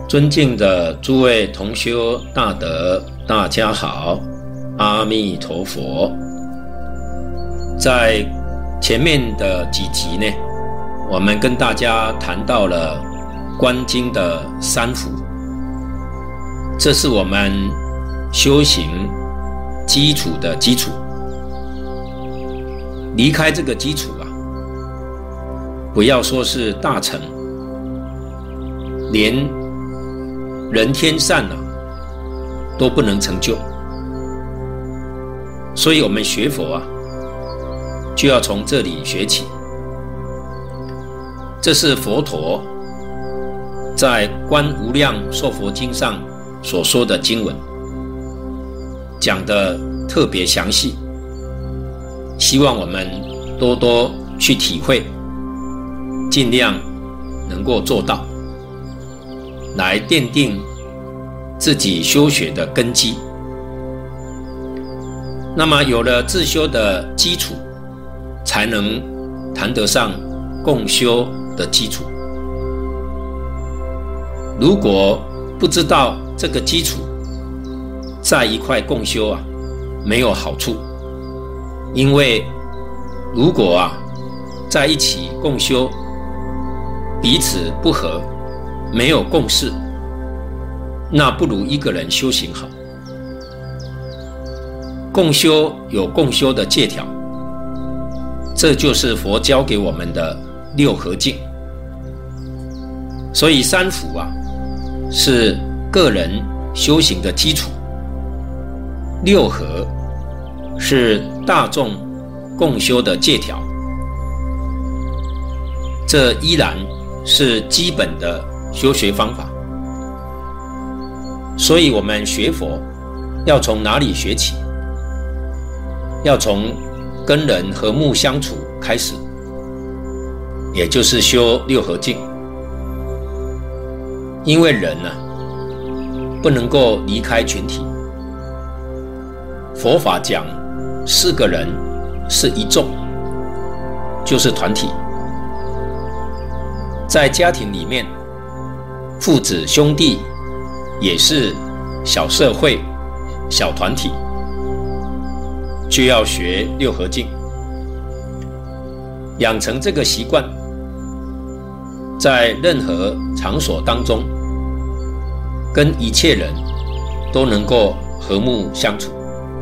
尊敬的诸位同修大德，大家好，阿弥陀佛。在前面的几集呢，我们跟大家谈到了观经的三福，这是我们修行基础的基础。离开这个基础啊，不要说是大成，连人天善啊都不能成就。所以我们学佛啊，就要从这里学起。这是佛陀在《观无量寿佛经》上所说的经文，讲得特别详细，希望我们多多去体会，尽量能够做到，来奠定自己修学的根基。那么有了自修的基础，才能谈得上共修的基础。如果不知道这个基础，在一块共修啊，没有好处。因为如果啊在一起共修，彼此不合，没有共识，那不如一个人修行好。共修有共修的戒条，这就是佛教给我们的六合敬。所以三福啊，是个人修行的基础，六合是大众共修的戒条，这依然是基本的修学方法。所以我们学佛要从哪里学起？要从跟人和睦相处开始，也就是修六合敬。因为人呢，不能够离开群体。佛法讲四个人是一众，就是团体。在家庭里面，父子兄弟也是小社会、小团体，就要学六合敬，养成这个习惯，在任何场所当中，跟一切人都能够和睦相处。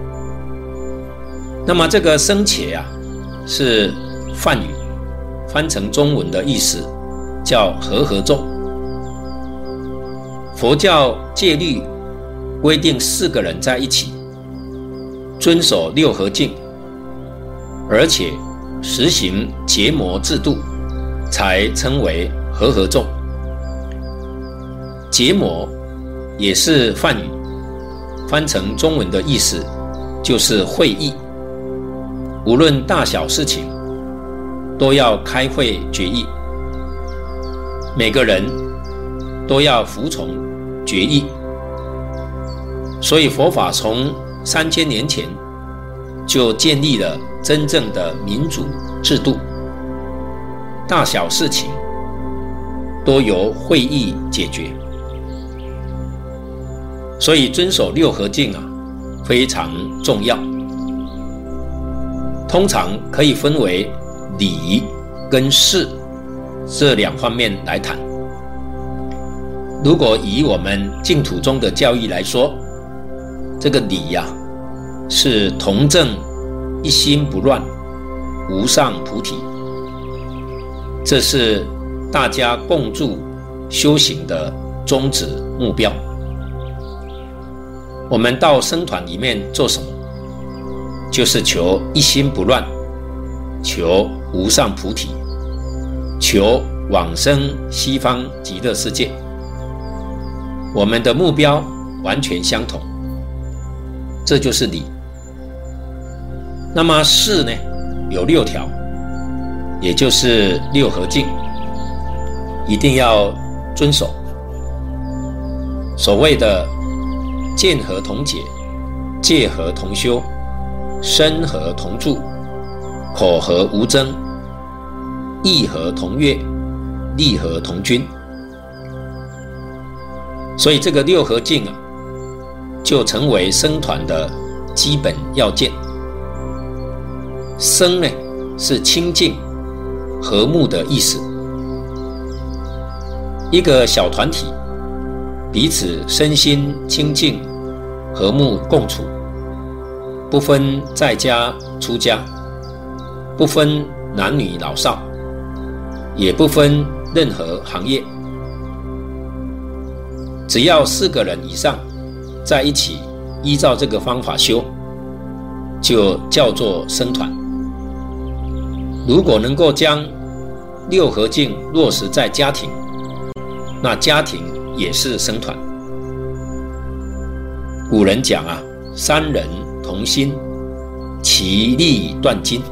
那么这个僧伽啊，是梵语，翻成中文的意思叫和合众。佛教戒律规定四个人在一起，遵守六合敬，而且实行结魔制度，才称为和合众。结魔也是梵语，翻成中文的意思就是会议。无论大小事情，都要开会决议，每个人都要服从决议。所以佛法从3000年前就建立了真正的民主制度，大小事情都由会议解决。所以遵守六合敬啊，非常重要。通常可以分为理跟事这两方面来谈。如果以我们净土中的教义来说，这个理呀，是同证一心不乱，无上菩提，这是大家共筑修行的宗旨目标。我们到僧团里面做什么？就是求一心不乱，求无上菩提，求往生西方极乐世界。我们的目标完全相同，这就是理。那么事呢，有6条，也就是六合敬，一定要遵守。所谓的见合同解，戒合同修，身合同住，口合无争，意合同悦，力合同均。 所以这个六合敬啊，就成为僧团的基本要件。僧呢，是清净和睦的意思。一个小团体彼此身心清净和睦共处，不分在家出家，不分男女老少，也不分任何行业，只要4个人以上在一起依照这个方法修，就叫做僧团。如果能够将六合敬落实在家庭，那家庭也是僧团。古人讲啊，3人同心，其利断金。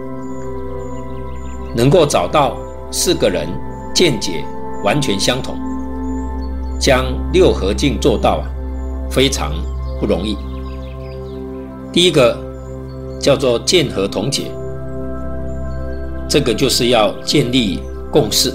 能够找到4个人见解完全相同，将六合敬做到非常不容易。第一个叫做见合同解，这个就是要建立共识。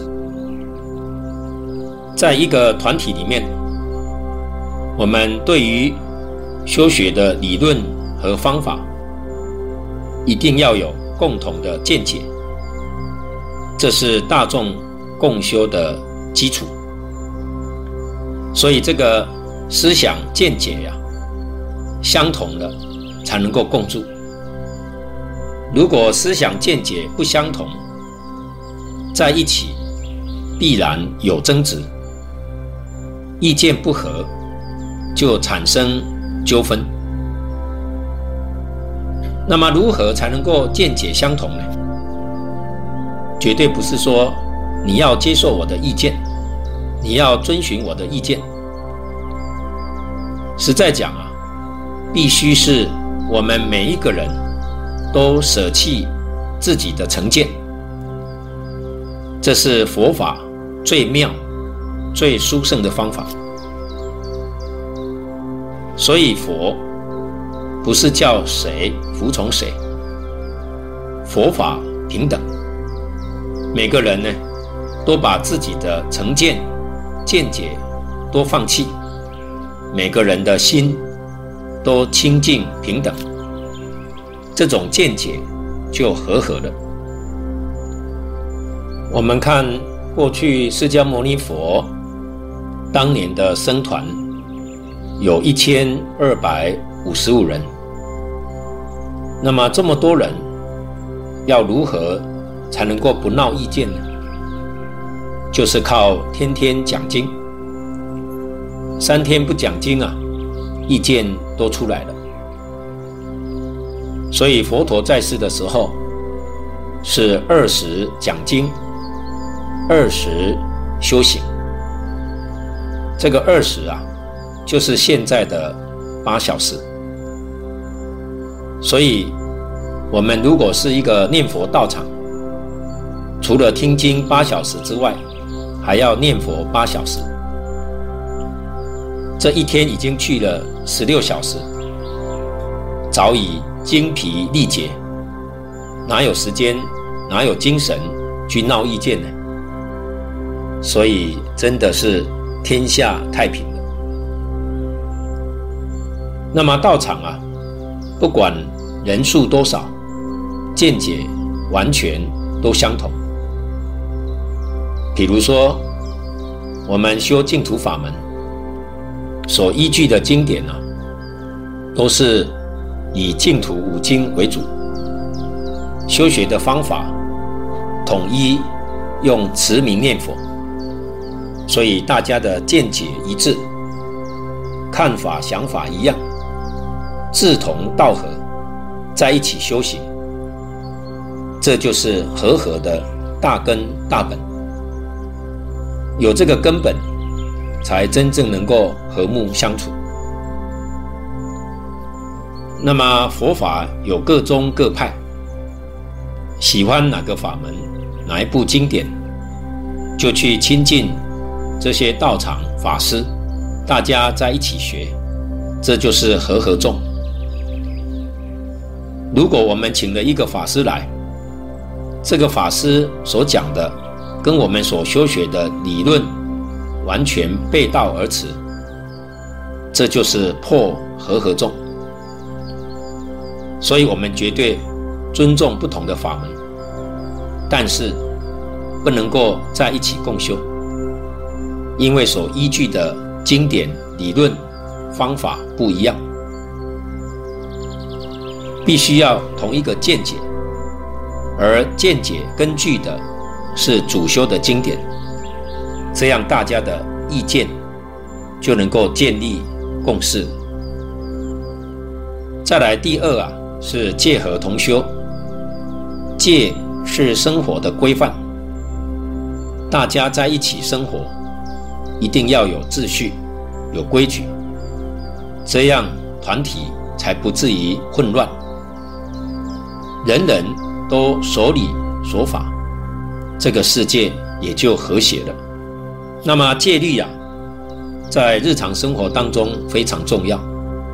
在一个团体里面，我们对于修学的理论和方法一定要有共同的见解，这是大众共修的基础。所以这个思想见解相同的才能够共住。如果思想见解不相同，在一起必然有争执，意见不合就产生纠纷。那么如何才能够见解相同呢？绝对不是说你要接受我的意见，你要遵循我的意见。实在讲必须是我们每一个人都舍弃自己的成见，这是佛法最妙最殊胜的方法。所以佛不是叫谁服从谁，佛法平等，每个人呢都把自己的成见见解都放弃，每个人的心都清净平等，这种见解就和合了。我们看过去释迦牟尼佛当年的僧团有1255人，那么这么多人要如何才能够不闹意见呢？就是靠天天讲经，3天不讲经意见都出来了。所以佛陀在世的时候是20讲经，20修行。这个20就是现在的8小时。所以我们如果是一个念佛道场，除了听经8小时之外，还要念佛8小时。这一天已经去了16小时，早已精疲力竭，哪有时间，哪有精神去闹意见呢？所以真的是天下太平了。那么道场不管人数多少，见解完全都相同。比如说我们修净土法门所依据的经典都是以净土5经为主，修学的方法统一用持名念佛，所以大家的见解一致，看法想法一样，志同道合，在一起修行，这就是和合的大根大本。有这个根本，才真正能够和睦相处。那么佛法有各宗各派，喜欢哪个法门，哪一部经典，就去亲近这些道场法师，大家在一起学，这就是和合众。如果我们请了一个法师来，这个法师所讲的跟我们所修学的理论完全背道而驰， 这就是破和合众。所以我们绝对尊重不同的法门，但是不能够在一起共修，因为所依据的经典理论方法不一样，必须要同一个见解，而见解根据的是主修的经典，这样大家的意见就能够建立共识。再来第二是戒和同修。戒是生活的规范，大家在一起生活一定要有秩序有规矩，这样团体才不至于混乱，人人都守理守法，这个世界也就和谐了。那么戒律在日常生活当中非常重要，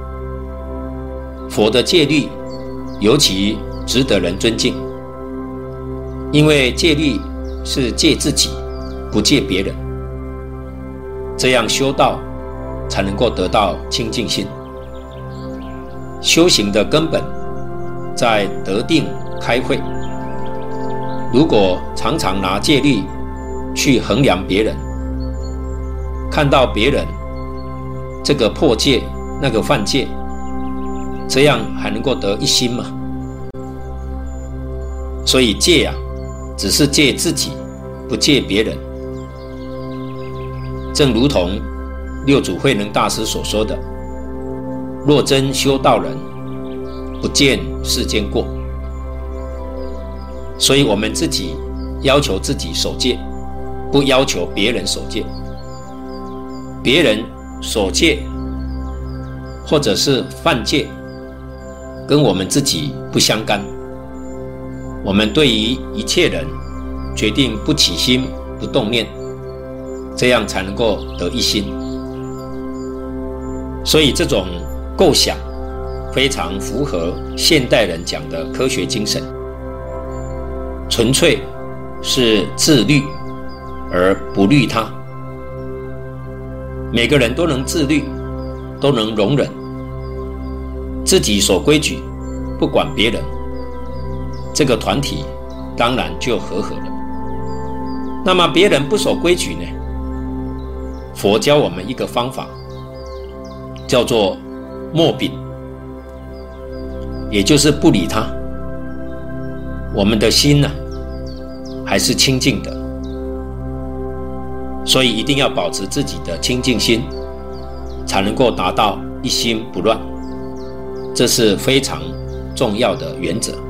佛的戒律尤其值得人尊敬，因为戒律是戒自己，不戒别人，这样修道才能够得到清净心。修行的根本在得定开慧，如果常常拿戒律去衡量别人，看到别人这个破戒那个犯戒，这样还能够得一心吗？所以戒只是戒自己，不戒别人。正如同六祖慧能大师所说的，若真修道人，不见世间过。所以我们自己要求自己守戒，不要求别人守戒。别人守戒或者是犯戒，跟我们自己不相干。我们对于一切人决定不起心不动念，这样才能够得一心。所以这种构想非常符合现代人讲的科学精神，纯粹是自律而不律他。每个人都能自律，都能容忍，自己守规矩，不管别人，这个团体当然就和合了。那么别人不守规矩呢？佛教我们一个方法，叫做默秉，也就是不理他。我们的心还是清净的，所以一定要保持自己的清净心，才能够达到一心不乱，这是非常重要的原则。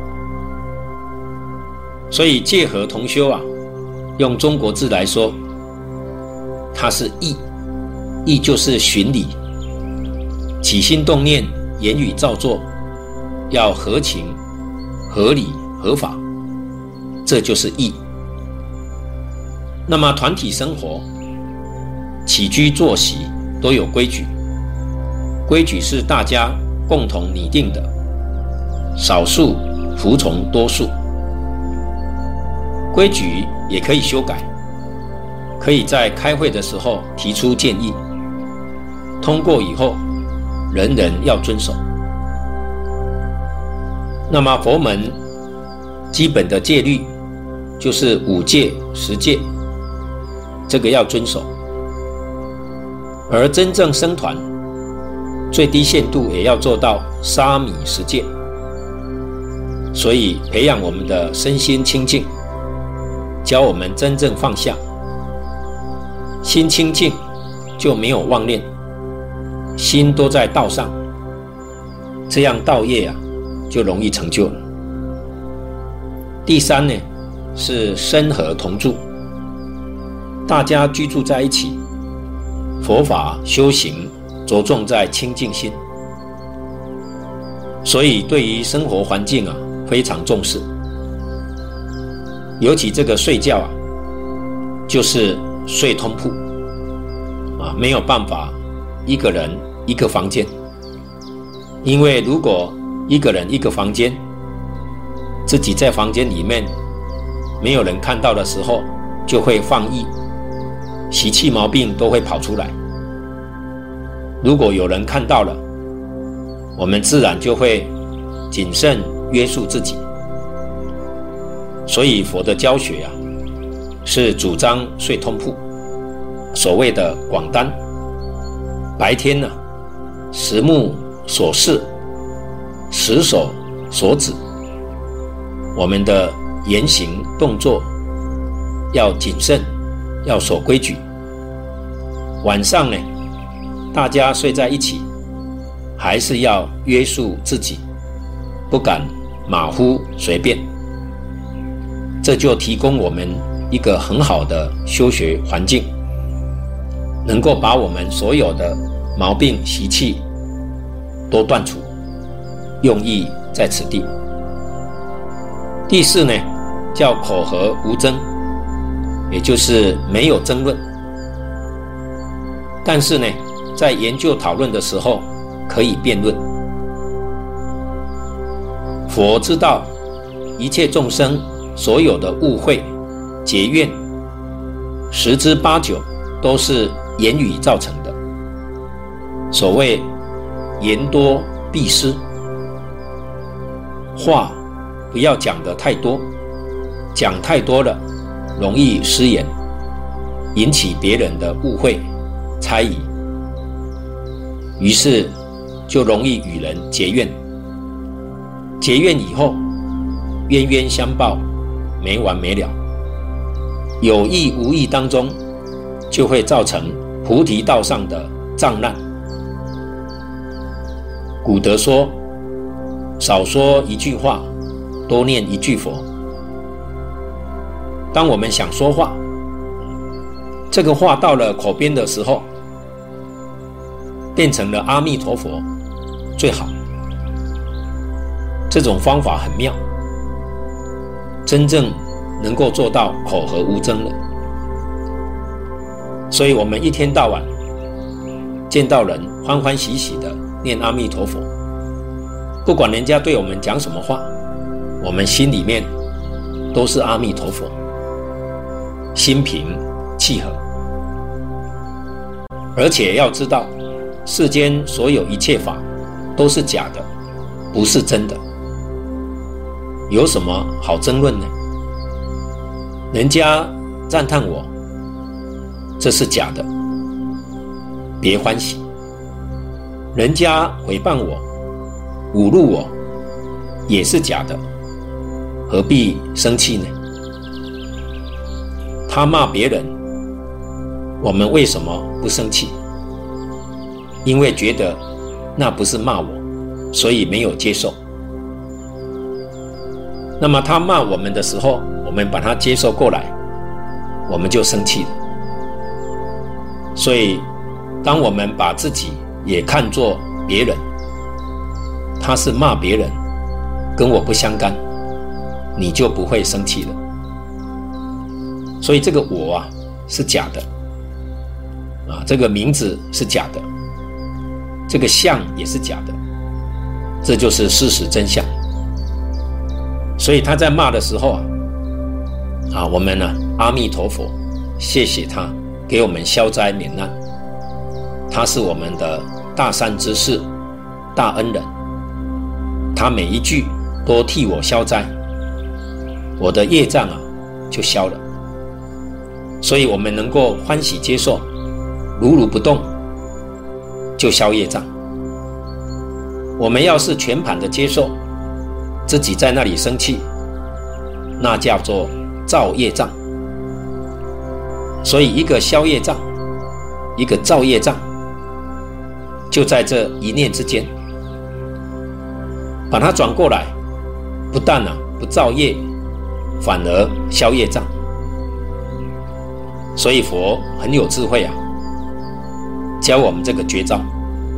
所以戒和同修用中国字来说，它是义，义就是循理，起心动念言语造作要合情合理合法，这就是义。那么团体生活起居作息都有规矩，规矩是大家共同拟定的，少数服从多数。规矩也可以修改，可以在开会的时候提出建议，通过以后人人要遵守。那么佛门基本的戒律就是5戒10戒，这个要遵守。而真正僧团最低限度也要做到沙弥10戒，所以培养我们的身心清净，教我们真正放下。心清净就没有妄念，心都在道上，这样道业就容易成就了。第三呢，是身和同住，大家居住在一起，佛法修行着重在清净心，所以对于生活环境非常重视。尤其这个睡觉就是睡通铺没有办法一个人一个房间，因为如果一个人一个房间，自己在房间里面没有人看到的时候，就会放逸，习气毛病都会跑出来。 如果有人看到了，我们自然就会谨慎约束自己。所以佛的教学是主张睡通铺，所谓的广单。白天食目所视，食手所指，我们的言行动作要谨慎，要守规矩。晚上大家睡在一起，还是要约束自己，不敢马虎随便。这就提供我们一个很好的修学环境，能够把我们所有的毛病习气都断除，用意在此地。第四叫口和无争，也就是没有争论。但是在研究讨论的时候可以辩论。佛知道一切众生所有的误会结怨，10之8九都是言语造成的。所谓言多必失，话不要讲得太多，讲太多了容易失言，引起别人的误会猜疑，于是就容易与人结怨。结怨以后冤冤相报，没完没了，有意无意当中就会造成菩提道上的障难。古德说，少说一句话，多念一句佛。当我们想说话，这个话到了口边的时候，变成了阿弥陀佛最好。这种方法很妙，真正能够做到口和无争了。所以我们一天到晚见到人欢欢喜喜的念阿弥陀佛，不管人家对我们讲什么话，我们心里面都是阿弥陀佛，心平气和。而且要知道，世间所有一切法都是假的，不是真的，有什么好争论呢？人家赞叹我，这是假的，别欢喜；人家诽谤我、侮辱我，也是假的，何必生气呢？他骂别人，我们为什么不生气？因为觉得那不是骂我，所以没有接受。那么他骂我们的时候，我们把他接受过来，我们就生气了。所以当我们把自己也看作别人，他是骂别人，跟我不相干，你就不会生气了。所以这个我是假的，这个名字是假的，这个相也是假的，这就是事实真相。所以他在骂的时候我们阿弥陀佛，谢谢他给我们消灾免难，他是我们的大善知识、大恩人，他每一句都替我消灾，我的业障就消了。所以我们能够欢喜接受，如如不动，就消业障。我们要是全盘的接受，自己在那里生气，那叫做造业障。所以一个消业障，一个造业障，就在这一念之间。把它转过来，不但不造业，反而消业障。所以佛很有智慧教我们这个绝招。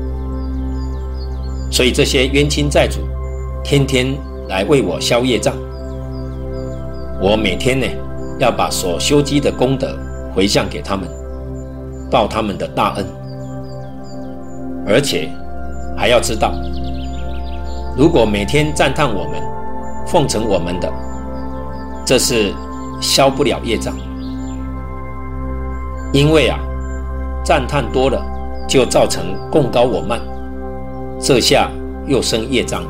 所以这些冤亲债主天天来为我消业障，我每天要把所修积的功德回向给他们，报他们的大恩。而且还要知道，如果每天赞叹我们、奉承我们的，这是消不了业障。因为赞叹多了就造成共高我慢，这下又生业障了。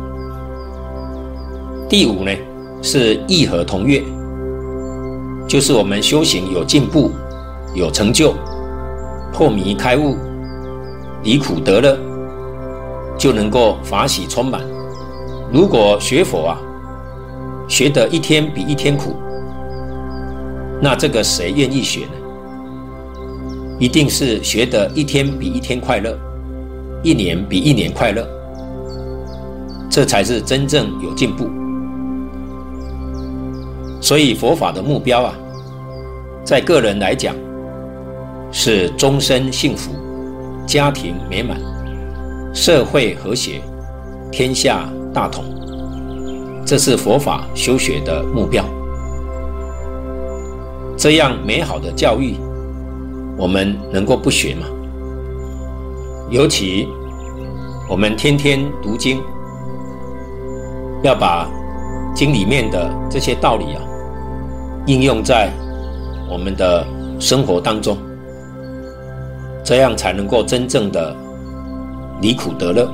第五呢，是义和同悦，就是我们修行有进步、有成就、破迷开悟、离苦得乐，就能够法喜充满。如果学佛啊，学得一天比一天苦，那这个谁愿意学呢？一定是学得一天比一天快乐，一年比一年快乐，这才是真正有进步。所以佛法的目标啊，在个人来讲是终身幸福，家庭美满，社会和谐，天下大同，这是佛法修学的目标。这样美好的教育，我们能够不学吗？尤其我们天天读经，要把经里面的这些道理啊，应用在我们的生活当中，这样才能够真正的离苦得乐。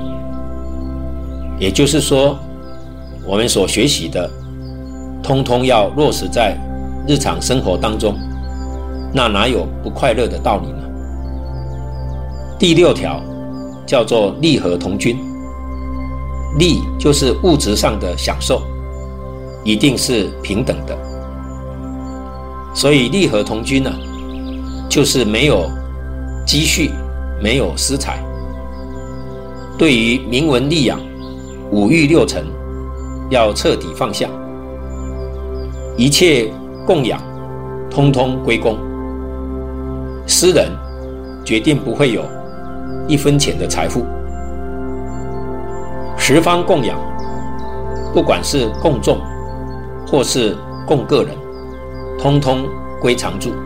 也就是说，我们所学习的，通通要落实在日常生活当中，那哪有不快乐的道理呢？第6条叫做利和同均，利就是物质上的享受，一定是平等的。所以利和同均啊，就是没有积蓄，没有私财，对于名闻利养、五欲六尘，要彻底放下，一切供养通通归公，私人决定不会有一分钱的财富，十方供养，不管是供众或是供个人，通通归常住。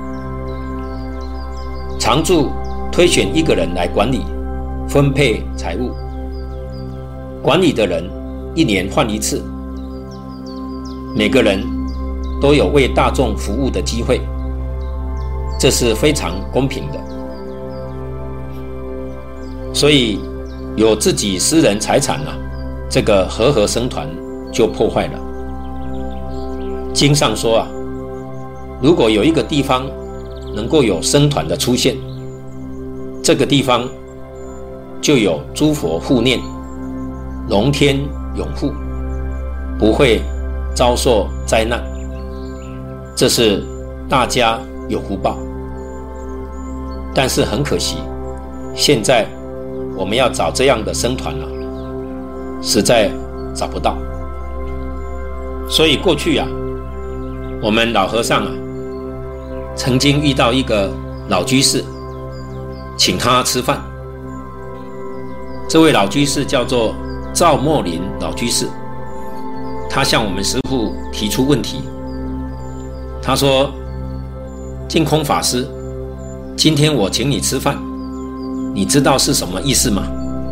常住推选一个人来管理分配财物，管理的人1年换一次，每个人都有为大众服务的机会，这是非常公平的。所以有自己私人财产啊，这个和合僧团就破坏了。经上说啊，如果有一个地方能够有僧团的出现，这个地方就有诸佛护念，龙天拥护，不会遭受灾难，这是大家有福报。但是很可惜，现在我们要找这样的僧团啊，实在找不到。所以过去啊，我们老和尚啊，曾经遇到一个老居士，请他吃饭。这位老居士叫做赵默林老居士，他向我们师父提出问题。他说：净空法师，今天我请你吃饭，你知道是什么意思吗？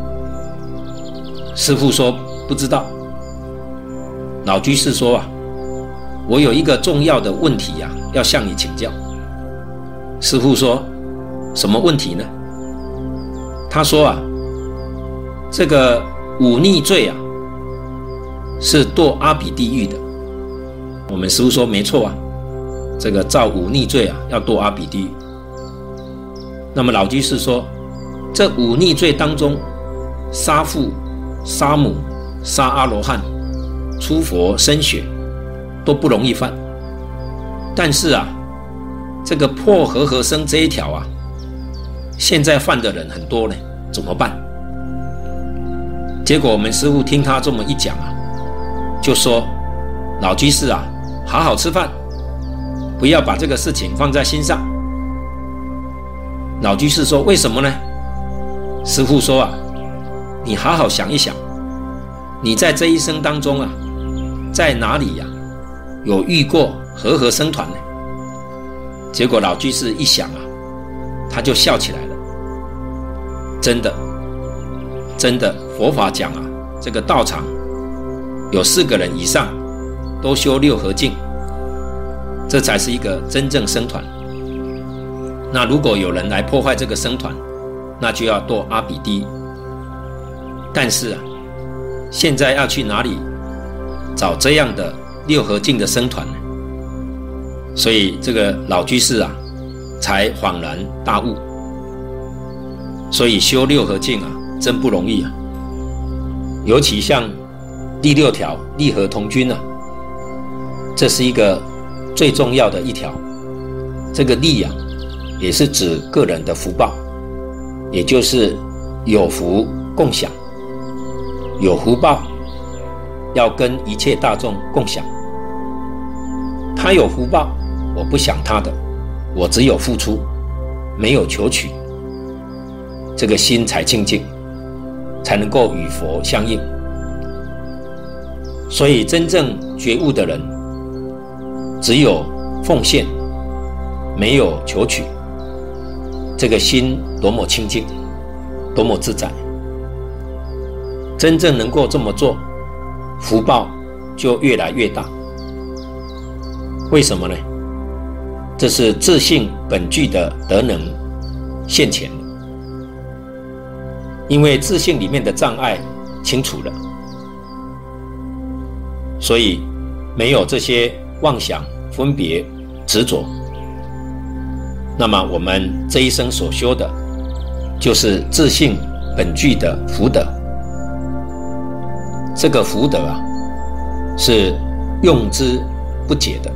师父说不知道。老居士说啊，我有一个重要的问题啊，要向你请教。师父说，什么问题呢？他说啊，这个忤逆罪啊，是堕阿鼻地狱的。我们师父说没错啊，这个造忤逆罪啊，要堕阿鼻地狱。那么老居士说，这忤逆罪当中，杀父、杀母、杀阿罗汉、出佛身血都不容易犯，但是啊，这个破和合僧这一条啊，现在犯的人很多呢，怎么办？结果我们师父听他这么一讲啊，就说老居士啊，好好吃饭，不要把这个事情放在心上。老居士说，为什么呢？师父说啊，你好好想一想，你在这一生当中啊，在哪里呀，有遇过和合僧团呢？结果老居士一想啊，他就笑起来了。真的，真的，佛法讲啊，这个道场有4个人以上都修6合敬，这才是一个真正僧团。那如果有人来破坏这个僧团， 那就要堕阿鼻地狱。但是现在要去哪里找这样的六合敬的僧团呢？所以这个老居士才恍然大悟。所以修六合敬真不容易尤其像第6条利合同君这是一个最重要的一条。这个利也是指个人的福报，也就是有福共享，有福报要跟一切大众共享。他有福报，我不想他的，我只有付出，没有求取，这个心才清净，才能够与佛相应。所以真正觉悟的人，只有奉献，没有求取，这个心多么清净，多么自在。真正能够这么做，福报就越来越大。为什么呢？这是自性本具的德能现前，因为自性里面的障碍清除了，所以没有这些妄想、分别、执着。那么我们这一生所修的，就是自性本具的福德。这个福德是用之不竭的，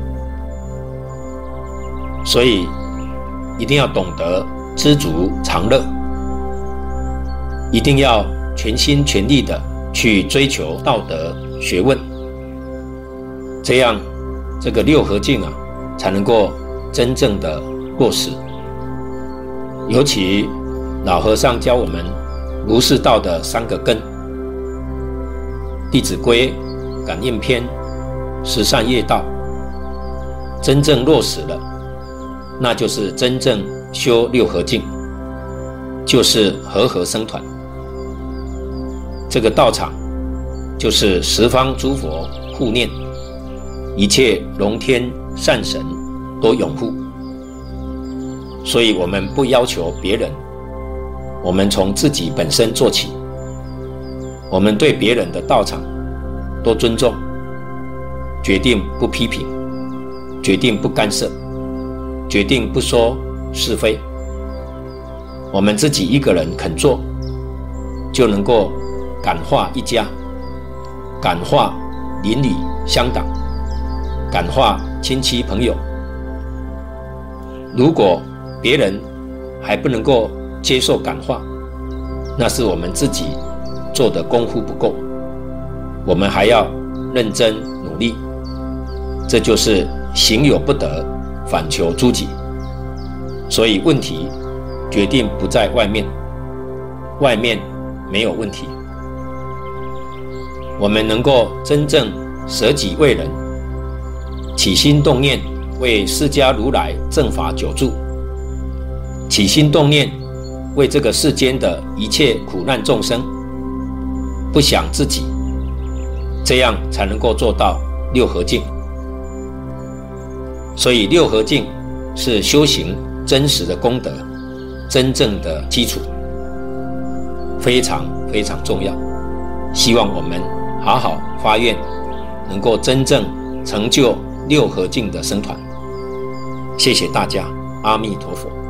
所以一定要懂得知足常乐，一定要全心全力的去追求道德学问，这样这个六合敬才能够真正的落实。尤其老和尚教我们儒释道的3个根，弟子规、感应篇、十善业道，真正落实了，那就是真正修六合敬，就是和合僧团。这个道场就是十方诸佛护念，一切龙天善神都拥护。所以我们不要求别人，我们从自己本身做起。我们对别人的道场多尊重，决定不批评，决定不干涉，决定不说是非。我们自己一个人肯做，就能够感化一家，感化邻里乡党，感化亲戚朋友。如果别人还不能够接受感化，那是我们自己做的功夫不够，我们还要认真努力。这就是行有不得，反求诸己。所以问题决定不在外面，外面没有问题。我们能够真正舍己为人，起心动念为释迦如来正法久住，起心动念为这个世间的一切苦难众生，不想自己，这样才能够做到六合敬。所以六合敬是修行真实的功德，真正的基础，非常非常重要。希望我们好好发愿，能够真正成就六合敬的僧团。谢谢大家，阿弥陀佛。